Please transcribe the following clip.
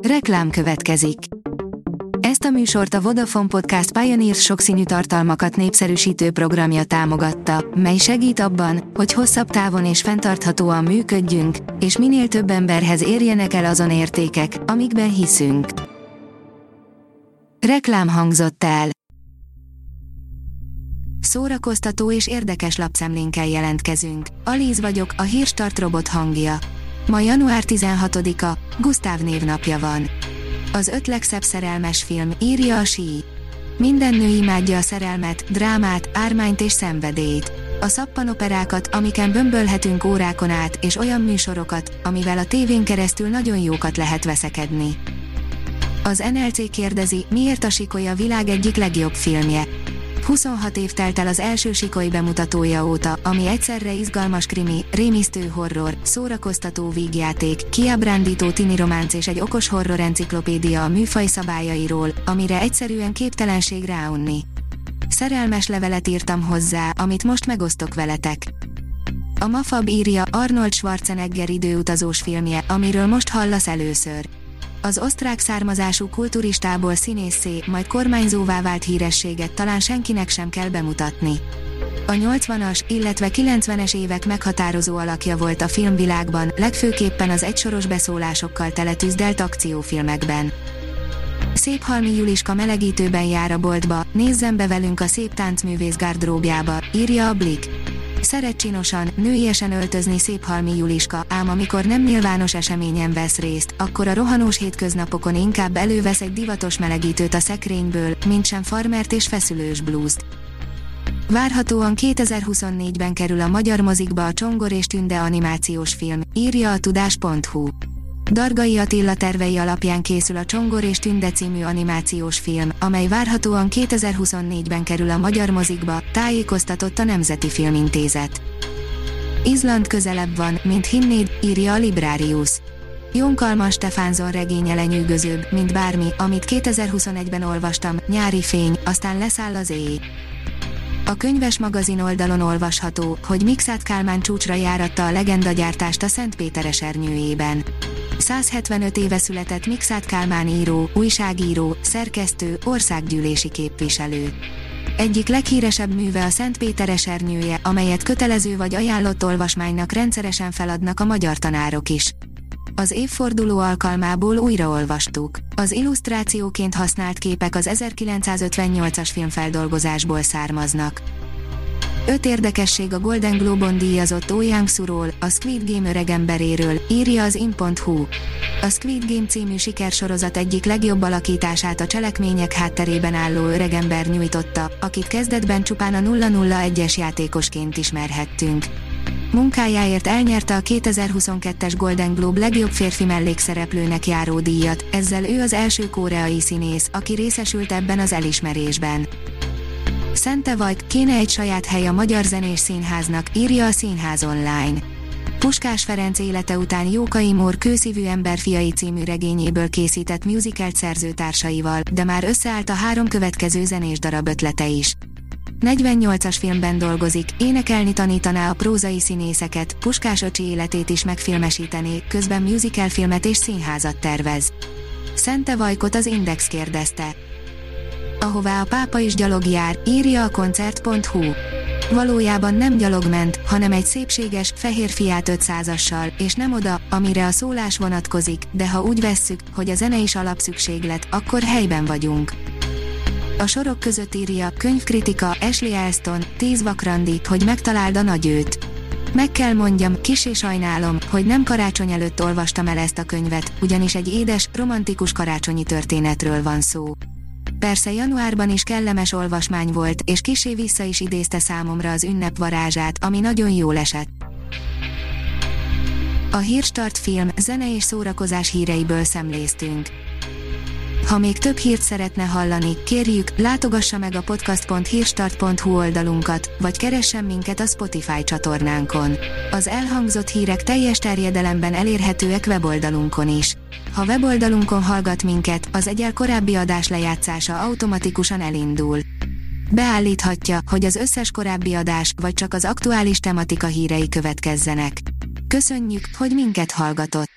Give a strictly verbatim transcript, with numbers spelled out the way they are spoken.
Reklám következik. Ezt a műsort a Vodafone Podcast Pioneers sokszínű tartalmakat népszerűsítő programja támogatta, mely segít abban, hogy hosszabb távon és fenntarthatóan működjünk, és minél több emberhez érjenek el azon értékek, amikben hiszünk. Reklám hangzott el. Szórakoztató és érdekes lapszemlénkkel jelentkezünk. Alíz vagyok, a Hírstart robot hangja. Ma január tizenhatodika, Gusztáv névnapja van. Az öt legszebb szerelmes film, írja a Sí. Minden nő imádja a szerelmet, drámát, ármányt és szenvedélyt. A szappanoperákat, amiken bömbölhetünk órákon át, és olyan műsorokat, amivel a tévén keresztül nagyon jókat lehet veszekedni. Az en el cé kérdezi, miért a Sikoly a világ egyik legjobb filmje. huszonhat év telt el az első Sikoly bemutatója óta, ami egyszerre izgalmas krimi, rémisztő horror, szórakoztató vígjáték, kiábrándító tini románc és egy okos horror enciklopédia a műfaj szabályairól, amire egyszerűen képtelenség ráunni. Szerelmes levelet írtam hozzá, amit most megosztok veletek. A Mafab írja, Arnold Schwarzenegger időutazós filmje, amiről most hallasz először. Az osztrák származású kulturistából színésszé, majd kormányzóvá vált hírességet talán senkinek sem kell bemutatni. A nyolcvanas, illetve kilencvenes évek meghatározó alakja volt a filmvilágban, legfőképpen az egysoros beszólásokkal teletűzdelt akciófilmekben. Széphalmi Juliska melegítőben jár a boltba, nézzen be velünk a szép táncművész gardróbjába, írja a Blick. Szeret csinosan, nőiesen öltözni Széphalmi Juliska, ám amikor nem nyilvános eseményen vesz részt, akkor a rohanós hétköznapokon inkább elővesz egy divatos melegítőt a szekrényből, mintsem farmert és feszülős blúzt. Várhatóan kétezer-huszonnégyben kerül a magyar mozikba a Csongor és Tünde animációs film, írja a tudás pont hu. Dargai Attila tervei alapján készül a Csongor és Tünde című animációs film, amely várhatóan kétezer-huszonnégyben kerül a magyar mozikba, tájékoztatott a Nemzeti Filmintézet. Izland közelebb van, mint hinnéd, írja a Librarius. Jon Kalman Stefánsson regénye lenyűgözőbb, mint bármi, amit kétezer-huszonegyben olvastam, nyári fény, aztán leszáll az éj. A könyves magazin oldalon olvasható, hogy Mikszáth Kálmán csúcsra járatta a legendagyártást a Szentpéteresernyőjében. százhetvenöt éve született Mikszáth Kálmán író, újságíró, szerkesztő, országgyűlési képviselő. Egyik leghíresebb műve a Szentpéteresernyője, amelyet kötelező vagy ajánlott olvasmánynak rendszeresen feladnak a magyar tanárok is. Az évforduló alkalmából újraolvastuk. Az illusztrációként használt képek az ezerkilencszázötvennyolcas filmfeldolgozásból származnak. Öt érdekesség a Golden Globe-on díjazott Oh Young-Sooról, a Squid Game öregemberéről, írja az in pont hu. A Squid Game című sikersorozat egyik legjobb alakítását a cselekmények hátterében álló öregember nyújtotta, akit kezdetben csupán a nulla nulla egyes játékosként ismerhettünk. Munkájáért elnyerte a kétezer-huszonkettes Golden Globe legjobb férfi mellékszereplőnek járó díjat, ezzel ő az első koreai színész, aki részesült ebben az elismerésben. Szente Vajk, kéne egy saját hely a Magyar Zenés Színháznak, írja a Színház online. Puskás Ferenc élete után Jókai Mór Kőszívű ember fiai című regényéből készített musicalt szerzőtársaival, de már összeállt a három következő zenés darab ötlete is. negyvennyolcas filmben dolgozik, énekelni tanítaná a prózai színészeket, Puskás öcsi életét is megfilmesítené, közben musicalfilmet és színházat tervez. Szente Vajkot az Index kérdezte. Ahová a pápa is gyalog jár, írja a koncert pont hu. Valójában nem gyalog ment, hanem egy szépséges, fehér Fiat ötszázassal, és nem oda, amire a szólás vonatkozik, de ha úgy vesszük, hogy a zene is alapszükséglet, akkor helyben vagyunk. A sorok között írja, könyvkritika, Ashley Elston, tíz vakrandi, hogy megtaláld a nagyőt. Meg kell mondjam, kissé sajnálom, hogy nem karácsony előtt olvastam el ezt a könyvet, ugyanis egy édes, romantikus karácsonyi történetről van szó. Persze januárban is kellemes olvasmány volt, és kissé vissza is idézte számomra az ünnep varázsát, ami nagyon jól esett. A Hírstart film, zene és szórakozás híreiből szemléztünk. Ha még több hírt szeretne hallani, kérjük, látogassa meg a podcast pont hírstart pont hu oldalunkat, vagy keressen minket a Spotify csatornánkon. Az elhangzott hírek teljes terjedelemben elérhetőek weboldalunkon is. Ha weboldalunkon hallgat minket, az egyel korábbi adás lejátszása automatikusan elindul. Beállíthatja, hogy az összes korábbi adás, vagy csak az aktuális tematika hírei következzenek. Köszönjük, hogy minket hallgatott!